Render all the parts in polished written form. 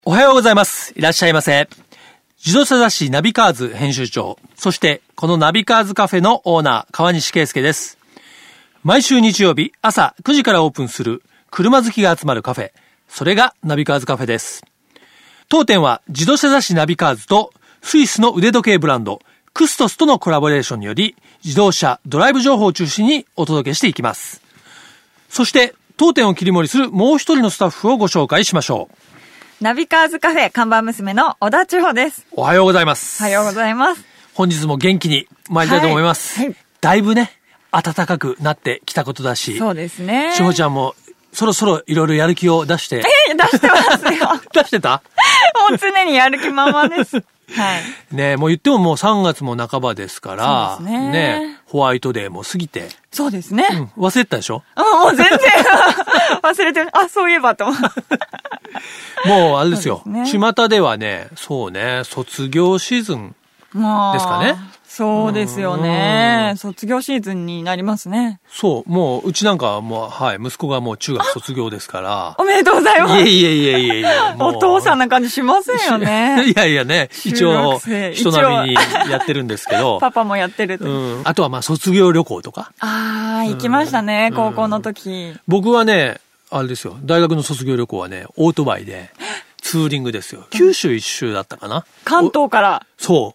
おはようございます。いらっしゃいませ。自動車雑誌ナビカーズ編集長、そしてこのナビカーズカフェのオーナー、川西圭介です。毎週日曜日朝9時からオープンする車好きが集まるカフェ、それがナビカーズカフェです。当店は自動車雑誌ナビカーズとスイスの腕時計ブランドクストスとのコラボレーションにより、自動車ドライブ情報を中心にお届けしていきます。そして当店を切り盛りするもう一人のスタッフをご紹介しましょう。 ナビカーズカフェ看板娘の小田千穂です。 おはようございます。 おはようございます。 本日も元気に参りたいと思います。はいはい、だいぶね、暖かくなってきたことだし。 そうですね。 千穂ちゃんもそろそろいろいろやる気を出して。 出してますよ。 出してた？ もう常にやる気満々です。はい。 ね、もう言ってももう3月も半ばですから、 そうですね。 ね、ホワイトデーも過ぎて。 そうですね。 忘れてたでしょ？ もう全然忘れてる。あ、そういえばと思う。 もうあれですよ。巷ではね、そうね、卒業シーズンですかね。 そうですよね。卒業シーズンになりますね。 そう、もううちなんかはもう、はい、息子がもう中学卒業ですから。 おめでとうございます。 いえ。 お父さんな感じしませんよね。 いやね、一応人並みにやってるんですけど。 パパもやってると。 あとはまあ卒業旅行とか。 行きましたね、高校の時。 僕はね、あれですよ、大学の卒業旅行はね、オートバイでツーリングですよ。九州一周だったかな。 関東から。 そう。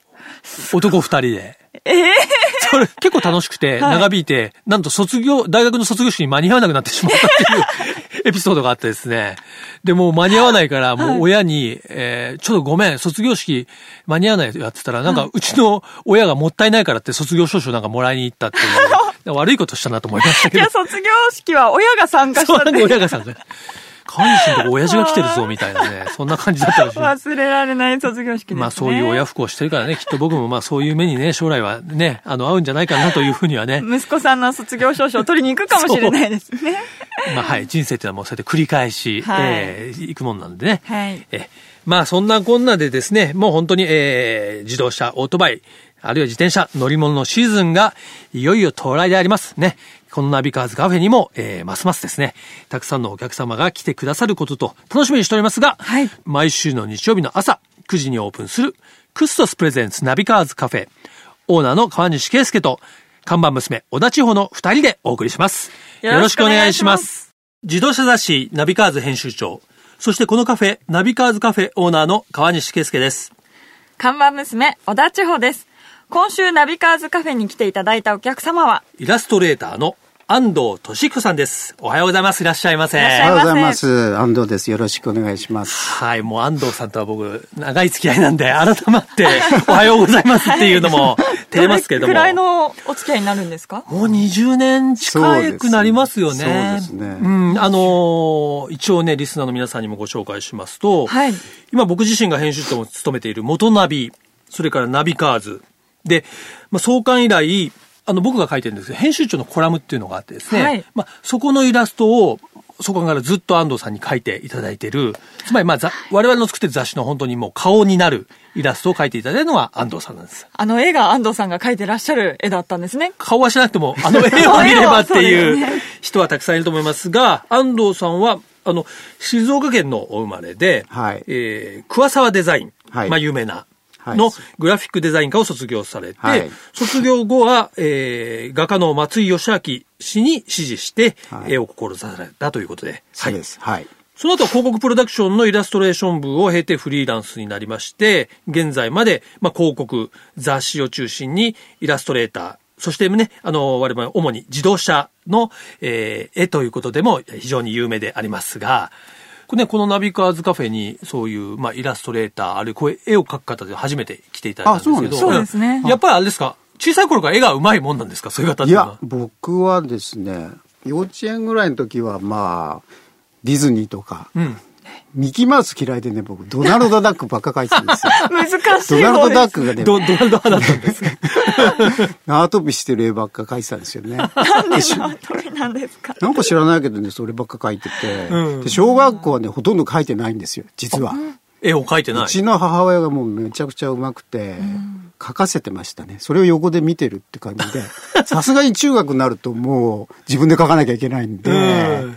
男2人で。それ結構楽しくて、長引いて、なんと大学の卒業式に間に合わなくなってしまったっていうエピソードがあってですね。で、もう間に合わないから、もう親に、ちょっとごめん、卒業式間に合わないよって言ったら、なんかうちの親がもったいないからって卒業証書なんかもらいに行ったっていう、悪いことしたなと思いましたけど。 いや、卒業式は親が参加したって。 そう、親が参加した。川西のとこ親父が来てるぞみたいなね、そんな感じだったらしい。 忘れられない卒業式ですね。 まあそういう親不孝してるからね、きっと僕もまあそういう目にね、将来はね、合うんじゃないかなというふうにはね。 息子さんの卒業証書を取りに行くかもしれないですね。 まあはい、人生っていうのはもうそうやって繰り返し、いくもんなんでね。 はい。 まあそんなこんなでですね、もう本当に、自動車、オートバイ、あるいは自転車、乗り物のシーズンがいよいよ到来でありますね。このナビカーズカフェにも、ますますですね、たくさんのお客様が来てくださることと楽しみにしておりますが、はい、毎週の日曜日の朝9時にオープンするクストスプレゼンツナビカーズカフェ、オーナーの川西圭介と看板娘小田千穂の2人でお送りします。よろしくお願いします。自動車雑誌ナビカーズ編集長、そしてこのカフェナビカーズカフェオーナーの川西圭介です。 看板娘小田千穂です。今週ナビカーズカフェに来ていただいたお客様はイラストレーターの安藤俊彦さんです。おはようございます。いらっしゃいませ。 おはようございます。安藤です。よろしくお願いします。 はい、もう安藤さんとは僕長い付き合いなんで、改まっておはようございますっていうのも照れますけども。 どれくらいのお付き合いになるんですか？ もう20年近くなりますよね。 そうですね。 一応ね、リスナーの皆さんにもご紹介しますと、 はい、 今僕自身が編集長を務めている元ナビ、それからナビカーズで、創刊以来僕が書いてるんですけど、編集長のコラムっていうのがあってですね、はい、そこのイラストをそこからずっと安藤さんに描いていただいている、つまり我々の作ってる雑誌の本当にもう顔になるイラストを描いていただいたのは安藤さんなんです。 絵が安藤さんが描いてらっしゃる絵だったんですね。 顔はしなくても絵を見ればっていう人はたくさんいると思いますが、安藤さんは静岡県のお生まれで、はい、桑沢デザイン、はい、有名なのグラフィックデザイン科を卒業されて、はい、卒業後は、画家の松井義明氏に師事して、絵を志されたということで。 そうです。はい。 その後広告プロダクションのイラストレーション部を経てフリーランスになりまして、現在まで、広告、雑誌を中心にイラストレーター、そしてね、我々主に自動車の、絵ということでも非常に有名でありますが、このナビカーズカフェにそういう、イラストレーター、あるいはこういう絵を描く方で初めて来ていただいたんですけど。 そうですね。 やっぱりあれですか、小さい頃から絵が上手いもんなんですか、そういう方っていうのは。 いや、僕はですね、幼稚園ぐらいの時はディズニーとか、ミッキーマウス嫌いでね、僕、ドナルドダックばっか描いてたんですよ。 難しい。 ドナルドダックがね、 ドナルド派だったんですか。 縄跳びしてる絵ばっか描いてたんですよね。 なんで縄跳びなんですか？ なんか知らないけどね、そればっか描いてて、で小学校はね、ほとんど描いてないんですよ、実は。 絵を描いてない。 うちの母親がもうめちゃくちゃ上手くて、描かせてましたね。それを横で見てるって感じで、さすがに中学になるともう自分で描かなきゃいけないんで、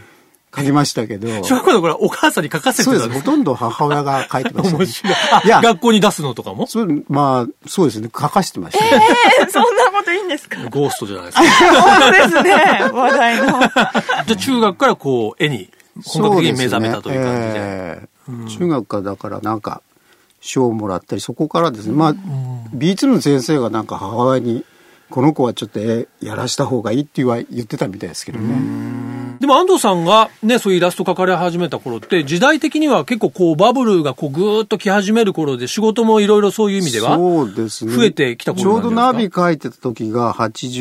書きましたけど。 小学校の頃はお母さんに書かせてたんですか？ そうです。ほとんど母親が書いてました、ね。 面白い。いや、学校に出すのとかも？ まあ、そうですね。書かしてました、ね。 そんなこといいんですか？ ゴーストじゃないですか。 本当ですね。話題の。 じゃあ中学からこう、絵に本格的に目覚めたという感じで。 中学からだからなんか、賞をもらったり、そこからですね。まあ、美術の先生がなんか母親に、この子はちょっとやらした方がいいって言ってたみたいですけどね。 でも安藤さんがね、そういうイラスト描かれ始めた頃って、時代的には結構こうバブルがこうぐーっと来始める頃で、仕事もいろいろそういう意味では、 そうですね。 増えてきた頃なんですか？ ちょうどナビ描いてた時が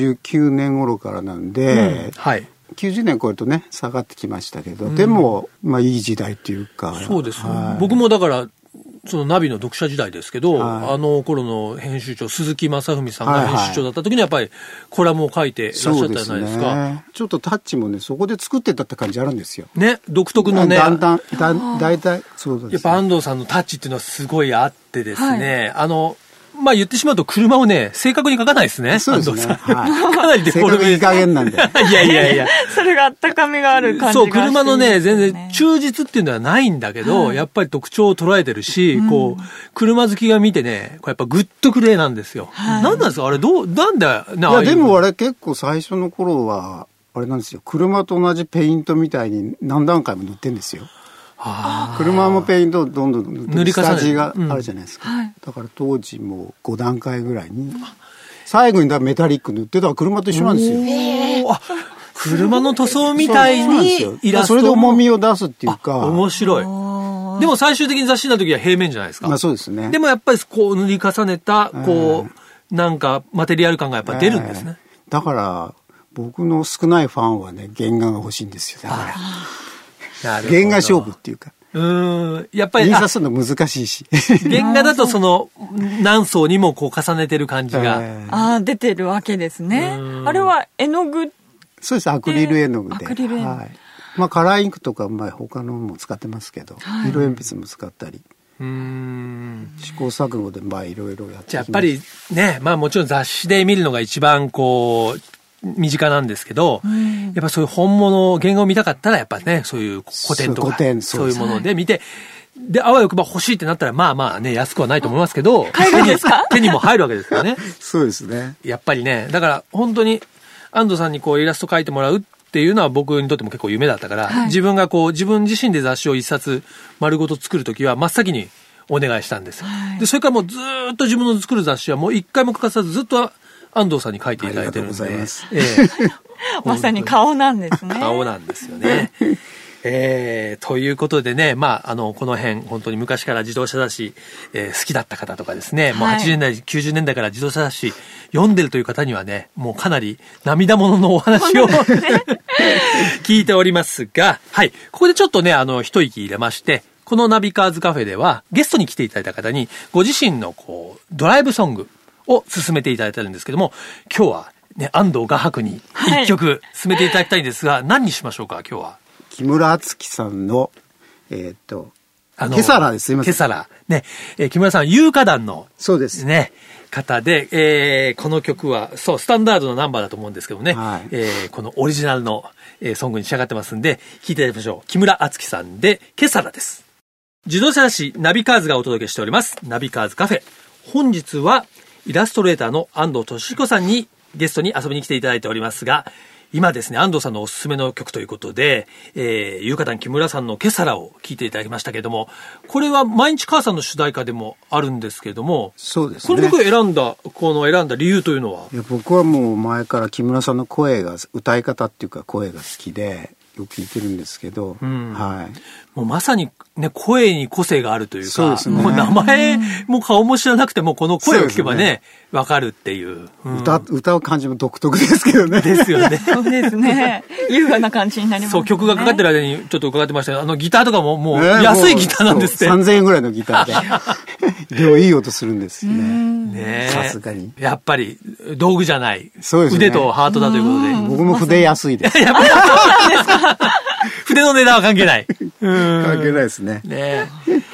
89年頃からなんで、 はい。 90年超えるとね、下がってきましたけど、でも、まあいい時代っていうか。 そうです、 はい。 僕もだから、そのナビの読者時代ですけど、 はい、 あの頃の編集長、鈴木正文さんが編集長だった時にやっぱりコラムを書いていらっしゃったじゃないですか。 ね、ちょっとタッチもね、そこで作ってたって感じあるんですよ。 ね、独特のね。 大体、そうですね。 やっぱ安藤さんのタッチっていうのはすごいあってですね、はい、まあ言ってしまうと車をね、正確に書かないですね。 そうですね。 はい、かなりデフォルメ。 いい加減なんで。 いや。 それがあったかみがある感じがして、ね。 そう、車のね、全然忠実っていうのはないんだけど、はい、やっぱり特徴を捉えてるし、こう、車好きが見てね、こうやっぱグッとくる絵なんですよ。はい、なんなんですかあれなんだよ。 いや、でもあれ結構最初の頃は、あれなんですよ。車と同じペイントみたいに何段階も塗ってんですよ。車もペイントをどんどん塗り重ねるスタジがあるじゃないですか、だから当時もう5段階ぐらいに最後にメタリック塗ってたら車と一緒なんですよ。 車の塗装みたいにイラストそれで重みを出すっていうか。 面白い。でも最終的に雑誌になる時は平面じゃないですか。 まあそうですね。 でもやっぱりこう塗り重ねたこうなんかマテリアル感がやっぱ出るんですね。 だから僕の少ないファンはね原画が欲しいんですよ。だから原画勝負っていうか。 やっぱり。 印刷するの難しいし。 原画だとその何層にもこう重ねてる感じが。 出てるわけですね。あれは絵の具？ そうです、アクリル絵の具で。 アクリル絵の具。 はい。まあカラーインクとか、まあ他のも使ってますけど、色鉛筆も使ったり。試行錯誤でまあいろいろやってきました。 じゃあやっぱりね、まあもちろん雑誌で見るのが一番こう、身近なんですけど、やっぱそういう本物、原画を見たかったらやっぱね、そういう古典とか、そういうもので見て、で、あわよくば欲しいってなったら、まあまあね、安くはないと思いますけど、手にも入るわけですよね。 そうですね。 やっぱりね、だから本当に安藤さんにこうイラスト描いてもらうっていうのは僕にとっても結構夢だったから、自分がこう自分自身で雑誌を一冊丸ごと作るときは真っ先にお願いしたんです。で、それからもうずっと自分の作る雑誌はもう一回も欠かさずずっと安藤さんに書いていただいてるんで。 まさに顔なんですね。 顔なんですよね。ということでね、まあ、この辺、本当に昔から自動車雑誌、好きだった方とかですね、もう80年代、90年代から自動車雑誌読んでるという方にはね、もうかなり涙もののお話を聞いておりますが、はい。ここでちょっとね、一息入れまして、このナビカーズカフェでは、ゲストに来ていただいた方に、ご自身のこう、ドライブソングを進めていただいてるんですけども、今日はね、安藤画伯に一曲進めていただきたいんですが、何にしましょうか、今日は。 木村敦樹さんの、ケサラです。すいません。 ケサラ。ね、木村さん、有歌団の、 そうです。 ね、方で、この曲は、そう、スタンダードのナンバーだと思うんですけどね、このオリジナルの、ソングに仕上がってますんで、聴いていただきましょう。木村敦樹さんで、ケサラです。自動車雑誌ナビカーズがお届けしております。ナビカーズカフェ。本日は、イラストレーターの安藤俊彦さんにゲストに遊びに来ていただいておりますが、今ですね、安藤さんのおすすめの曲ということで、有歌団木村さんのケサラを聴いていただきましたけれども、これは毎日母さんの主題歌でもあるんですけれども、 そうですね。 この曲を選んだ理由というのは？ いや、僕はもう前から木村さんの声が、歌い方っていうか声が好きで、よく聞いてるんですけど、はい。 もうまさにね、声に個性があるというか、 そうですね、 もう名前も顔も知らなくても、この声を聞けばね、わかるっていう。 歌う感じも独特ですけどね。 ですよね。 そうですね。優雅な感じになりますね。 そう、曲がかかってる間にちょっと伺ってましたが、ギターとかももう安いギターなんですって。 3000円ぐらいのギターで。いい音するんですよね。 ね、 さすがに。 やっぱり道具じゃない。 そうですね。 腕とハートだということで。 僕も筆安いです。 やっぱりそうなんですか。筆の値段は関係ない。 関係ないですね。 ね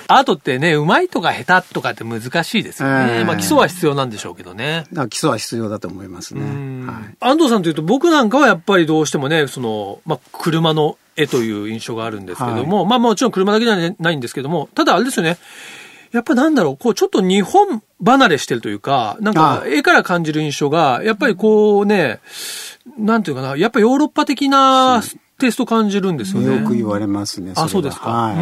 アートってね、うまいとか下手とかって難しいですよね。まあ基礎は必要なんでしょうけどね。 基礎は必要だと思いますね。はい、 安藤さんというと僕なんかはやっぱりどうしてもね、まあ車の絵という印象があるんですけども、はい、まあもちろん車だけじゃないんですけども、ただあれですよね。やっぱなんだろう、こうちょっと日本離れしてるというか、なんか絵から感じる印象が、やっぱりこうね、なんていうかな、やっぱりヨーロッパ的なテイスト感じるんですよね。 よく言われますね。 あ、そうですか。 はい。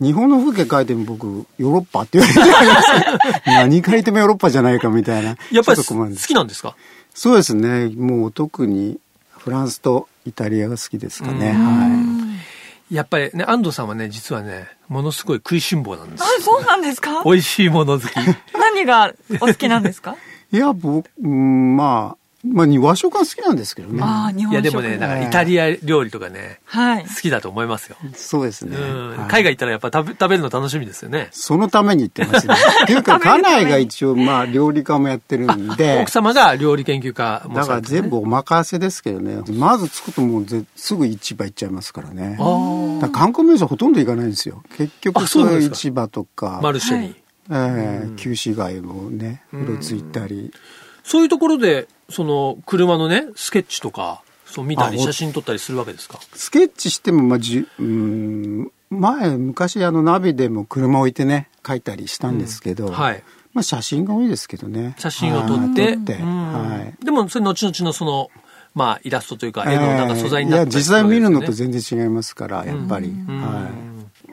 日本の風景描いても僕、ヨーロッパって言われてます何描いてもヨーロッパじゃないかみたいな。 やっぱり好きなんですか？ そうですね。もう特にフランスとイタリアが好きですかね。はい。 やっぱりね、安藤さんはね、実はね、ものすごい食いしん坊なんです。 あ、そうなんですか？ 美味しいもの好き。 何がお好きなんですか？ いや、まあ和食が好きなんですけどね。 あ、日本食。 いやでもね、なんかイタリア料理とかね、はい、好きだと思いますよ。 そうですね。 海外行ったらやっぱ食べるの楽しみですよね。 そのために行ってますね。っていうか、家内が一応まあ料理家もやってるんで。 奥様が料理研究家もだから全部お任せですけどね。まず作るともうすぐ市場行っちゃいますからね。だから観光名所ほとんど行かないんですよ。結局そういう市場とか。 マルシェに。 旧市街もね、うろついたり。 そういうところで、車のね、スケッチとか、見たり、写真撮ったりするわけですか？ スケッチしても、昔ナビでも車置いてね、描いたりしたんですけど、はい。まあ写真が多いですけどね。 写真を撮って、はい。でも、それ後々のまあイラストというか、絵のなんか素材になってたりするわけですよね。いや、実際見るのと全然違いますから、やっぱり。はい。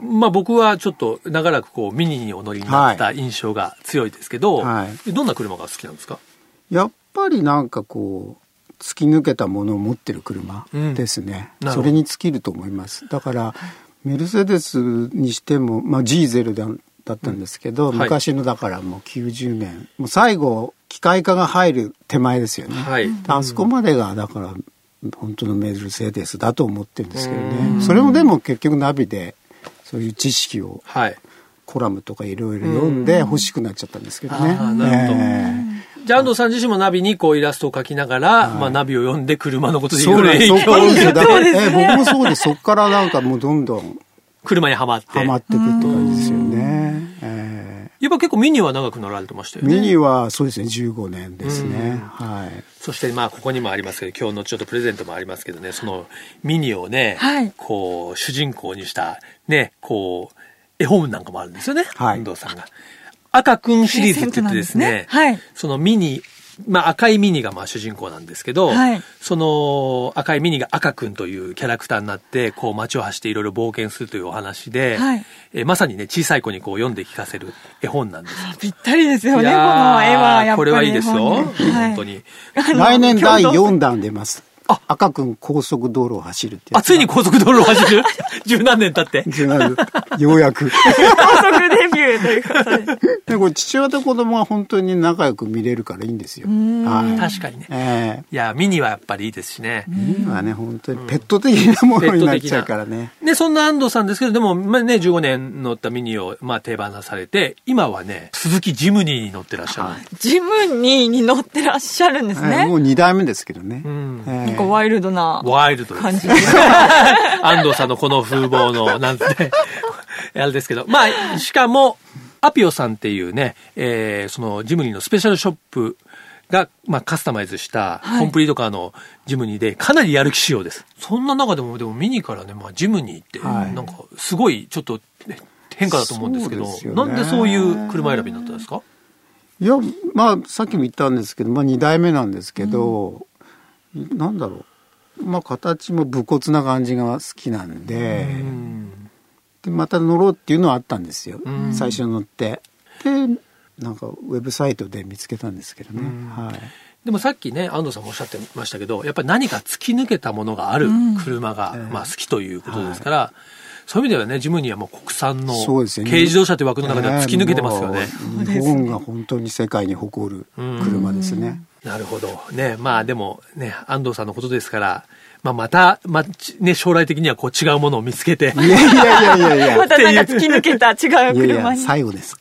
まあ僕はちょっと長らくミニにお乗りになった印象が強いですけど、はい、どんな車が好きなんですか？やっぱりなんか突き抜けたものを持ってる車ですね。それに尽きると思います。だからメルセデスにしても、まあ G0 だったんですけど、昔のだからもう90年、もう最後機械化が入る手前ですよね。はい、あそこまでがだから本当のメルセデスだと思ってるんですけどね。それもでも結局ナビでそういう知識を、コラムとかいろいろ読んで欲しくなっちゃったんですけどね。なるほど。 じゃあ安藤さん自身もナビにイラストを描きながら、まあナビを読んで車のことでいろいろ影響を受けて。 僕もそうです。そこからなんかもうどんどん車にはまっていくって感じですよね。 やっぱ結構ミニは長く乗られてましたよね。 ミニはそうですね、15年ですね。はい。 そしてまあここにもありますけど、今日のちょっとプレゼントもありますけどね、ミニをね、主人公にしたね、絵本なんかもあるんですよね。安藤さんが。赤くんシリーズって言ってですね、そのミニ、まあ赤いミニがまあ主人公なんですけど、その赤いミニが赤くんというキャラクターになって、街を走っていろいろ冒険するというお話で、まさにね、小さい子に読んで聞かせる絵本なんです。 ぴったりですよね、この絵はやっぱり。 これはいいですよ、本当に。 来年第4弾出ます。赤くん高速道路を走るってやつ。 ついに高速道路を走る十何年経って。 ようやく。 高速デビューということで。 で、これ父親と子供は本当に仲良く見れるからいいんですよ。 確かにね。いや、ミニはやっぱりいいですしね。 ミニはね、本当にペット的なものになっちゃうからね。 で、そんな安藤さんですけど、でも、まあね、15年乗ったミニを、まあ、手放されて、今はね、鈴木ジムニーに乗ってらっしゃる。 ジムニーに乗ってらっしゃるんですね。 もう2代目ですけどね。 ワイルドな感じです。 安藤さんのこの風貌の、なんて、あれですけど。まあ、しかも、アピオさんっていうね、そのジムニーのスペシャルショップが、まあ、カスタマイズしたコンプリートカーのジムニーで、かなりやる気仕様です。そんな中でもミニからね、まあ、ジムニーって、なんか、すごい、ちょっと、変化だと思うんですけど、なんでそういう車選びになったんですか？ いや、まあ、さっきも言ったんですけど、まあ、2代目なんですけど、なんだろう、まあ形も武骨な感じが好きなんで、でまた乗ろうっていうのはあったんですよ、最初乗って。でなんかウェブサイトで見つけたんですけどね。 でもさっきね安藤さんもおっしゃってましたけど、やっぱり何か突き抜けたものがある車が、まあ、好きということですから、そういう意味ではね、ジムニーはもう国産の軽自動車という枠の中では突き抜けてますよね。 日本が本当に世界に誇る車ですね。 なるほど。ね、まあでもね、安藤さんのことですから、また、ね、将来的には違うものを見つけて。 いや。 またなんか突き抜けた違う車に。 最後です。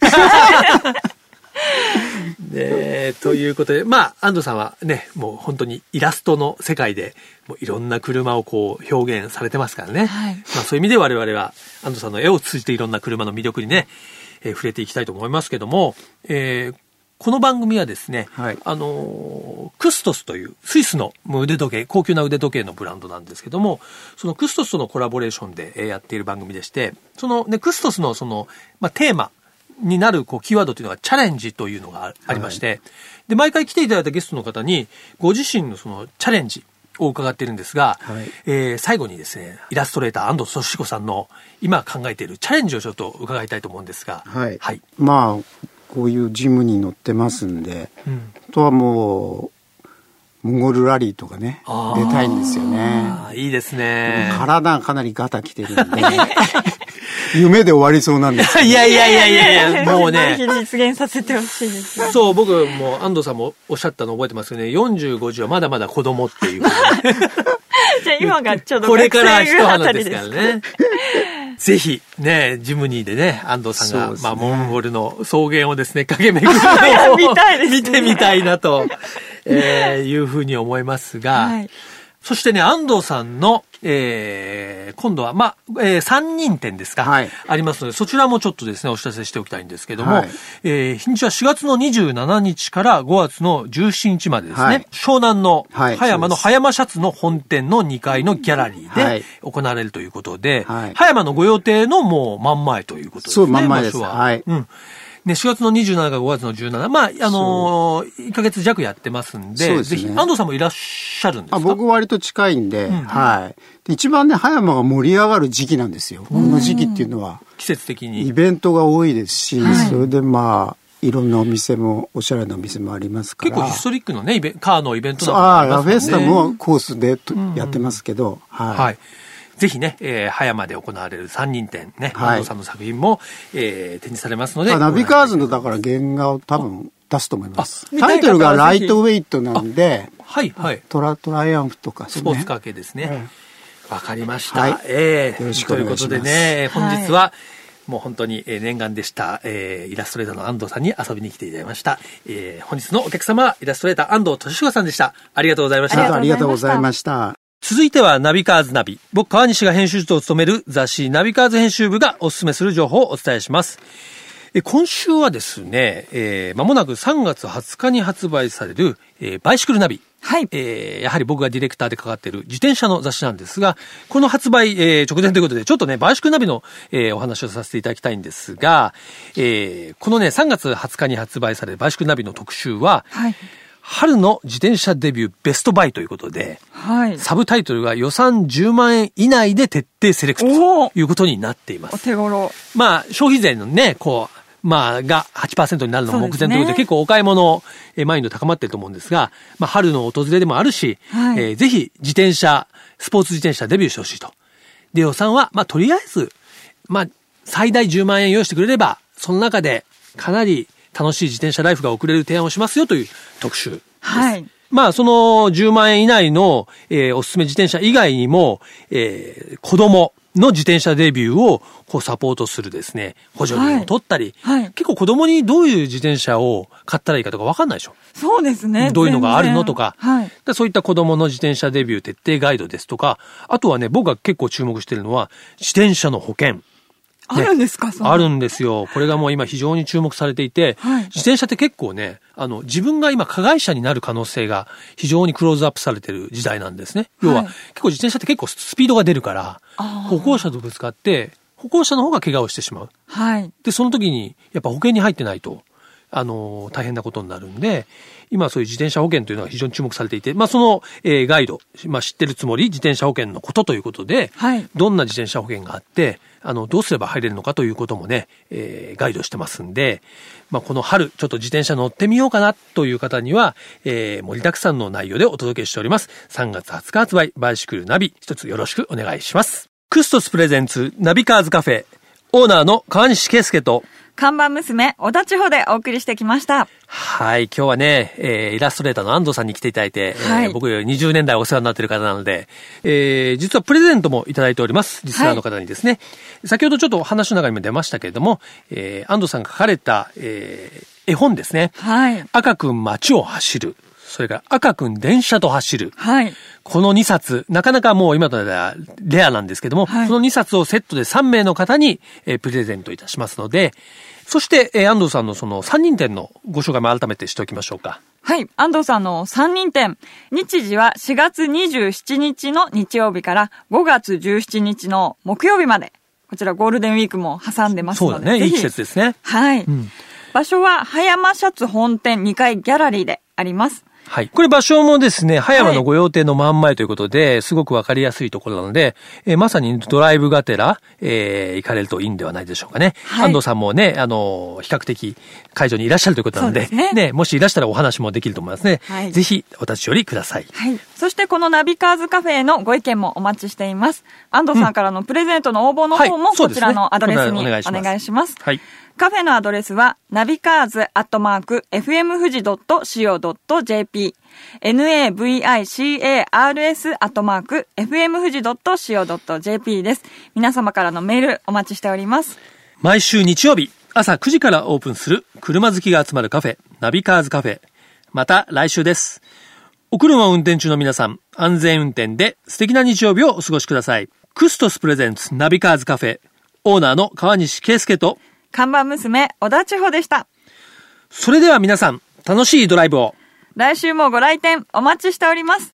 ということで、まあ、安藤さんはね、もう本当にイラストの世界で、もういろんな車を表現されてますからね。まあそういう意味で我々は、安藤さんの絵を通じていろんな車の魅力にね、 触れていきたいと思いますけども、この番組はですね、 はい、 クストスというスイスの腕時計、高級な腕時計のブランドなんですけども、そのクストスとのコラボレーションでやっている番組でして、そのね、クストスのテーマになるキーワードというのがチャレンジというのがありまして、はい、で、毎回来ていただいたゲストの方に、ご自身のそのチャレンジを伺っているんですが、はい、最後にですね、イラストレーター安藤俊彦さんの今考えているチャレンジをちょっと伺いたいと思うんですが、 はい。はい、まあ、こういうジムに乗ってますんで、あとはもう、モンゴルラリーとかね、出たいんですよね。 いいですね。 体かなりガタきてるんで、夢で終わりそうなんですけど。 いや、もうね。 ぜひ実現させてほしいです。 そう、僕も安藤さんもおっしゃったの覚えてますよね。45時はまだまだ子供っていう。 じゃあ今がちょうどこれから一花ですからね。ぜひね、ジムニーでね、安藤さんが、モンゴルの草原をですね、駆け巡るのを見てみたいなと、いうふうに思いますが、はい、そしてね、安藤さんの、今度は、3人展ですか、はい、ありますので、そちらもちょっとですね、お知らせしておきたいんですけども、はい、日にちは4月の27日から5月の17日までですね、はい、湘南の葉山の葉山シャツの本店の2階のギャラリーで行われるということで、はい、葉山のご予定のもう真ん前ということですね。 そう、真ん前です。はい。 ね、4月の27から5月の17、1ヶ月弱やってますんで、ぜひ、安藤さんもいらっしゃるんですか？ 僕割と近いんで、はい。一番ね、葉山が盛り上がる時期なんですよ。この時期っていうのは。 季節的に。 イベントが多いですし、それでいろんなお店も、おしゃれなお店もありますから。 結構ヒストリックのね、カーのイベントなんかもありますね。 ラフェスタもコースでやってますけど、 はい。ぜひね、葉山で行われる3人展ね、安藤さんの作品も、展示されますので。 ナビカーズのだから原画を多分出すと思います。タイトルがライトウェイトなんで、 はいはい。 トライアンフとか、 スポーツ関係ですね。わかりました。 よろしくお願いします。 ということでね、本日は、もう本当に念願でした、イラストレーターの安藤さんに遊びに来ていただきました。本日のお客様はイラストレーター安藤俊彦さんでした。ありがとうございました。 ありがとうございました。 続いてはナビカーズナビ。僕、川西が編集長を務める雑誌ナビカーズ編集部がお勧めする情報をお伝えします。今週はですね、間もなく3月20日に発売される、バイシクルナビ。 はい。 やはり僕がディレクターでかかっている自転車の雑誌なんですが、この発売、直前ということで、ちょっとね、バイシクルナビの、お話をさせていただきたいんですが、このね、3月20日に発売されるバイシクルナビの特集は、はい。春の自転車デビューベストバイということで、はい、サブタイトルが予算10万円以内で徹底セレクトということになっています。 お手頃。 消費税のね、が 8% になるのも目前ということで、結構お買い物マインド高まっていると思うんですが、春の訪れでもあるし、はい、ぜひスポーツ自転車デビューしてほしいと。で、予算は、とりあえず、最大10万円用意してくれれば、その中でかなり楽しい自転車ライフが送れる提案をしますよという特集です。 はい。 その10万円以内の、おすすめ自転車以外にも、子供の自転車デビューをサポートするですね、補助金を取ったり、はいはい、結構子供にどういう自転車を買ったらいいかとか分かんないでしょ。 そうですね。 どういうのがあるのとか、 はい、 そういった子供の自転車デビュー徹底ガイドですとか、あとはね、僕が結構注目しているのは、自転車の保険。 あるんですか？ あるんですよ。これがもう今非常に注目されていて、はい、自転車って結構ね、自分が今加害者になる可能性が非常にクローズアップされている時代なんですね。要は、結構自転車って結構スピードが出るから、歩行者とぶつかって、歩行者の方が怪我をしてしまう。 はい。で、 その時に、やっぱ保険に入ってないと、大変なことになるんで、今そういう自転車保険というのが非常に注目されていて、その、ガイド、知ってるつもり、自転車保険のことということで、はい、どんな自転車保険があって、どうすれば入れるのかということもね、ガイドしてますんで、この春、ちょっと自転車乗ってみようかなという方には、盛りだくさんの内容でお届けしております。3月20日発売、バイシクルナビ、一つよろしくお願いします。クストスプレゼンツ、ナビカーズカフェ、オーナーの川西圭介と、 看板娘、小田地方でお送りしてきました。 はい。今日はね、イラストレーターの安藤さんに来ていただいて、はい、僕20年代お世話になっている方なので、実はプレゼントもいただいております。リスナーの方にですね。はい、先ほどちょっとお話の中にも出ましたけれども、安藤さんが書かれた、絵本ですね。はい。赤くん街を走る。 それから赤くん電車と走る。 はい。 この2冊、なかなかもう今とではレアなんですけども、はい、この2冊をセットで3名の方に、プレゼントいたしますので、そして、安藤さんのその3人展のご紹介も改めてしておきましょうか。 はい。安藤さんの3人展。日時は4月27日の日曜日から5月17日の木曜日まで。こちらゴールデンウィークも挟んでますので。 そうだね。いい季節ですね。 はい。うん、場所は葉山シャツ本店2階ギャラリーであります。 はい。これ場所もですね、葉山の御用邸の真ん前ということで、すごくわかりやすいところなので、まさにドライブがてら、行かれるといいんではないでしょうかね。はい、安藤さんもね、比較的会場にいらっしゃるということなので、ね、もしいらしたらお話もできると思いますね。はい、ぜひお立ち寄りください。 はい。そしてこのナビカーズカフェへのご意見もお待ちしています。安藤さんからのプレゼントの応募の方も、こちらのアドレスにお願いします。はい。カフェのアドレスは、ナビカーズ@fm富士.co.jp、navicars @fm富士.co.jp です。皆様からのメールお待ちしております。 毎週日曜日、朝9時からオープンする車好きが集まるカフェ、ナビカーズカフェ。また来週です。お車を運転中の皆さん、安全運転で素敵な日曜日をお過ごしください。クストスプレゼンツナビカーズカフェ、オーナーの川西圭介と、 看板娘、小田千穂でした。 それでは皆さん、楽しいドライブを。 来週もご来店お待ちしております。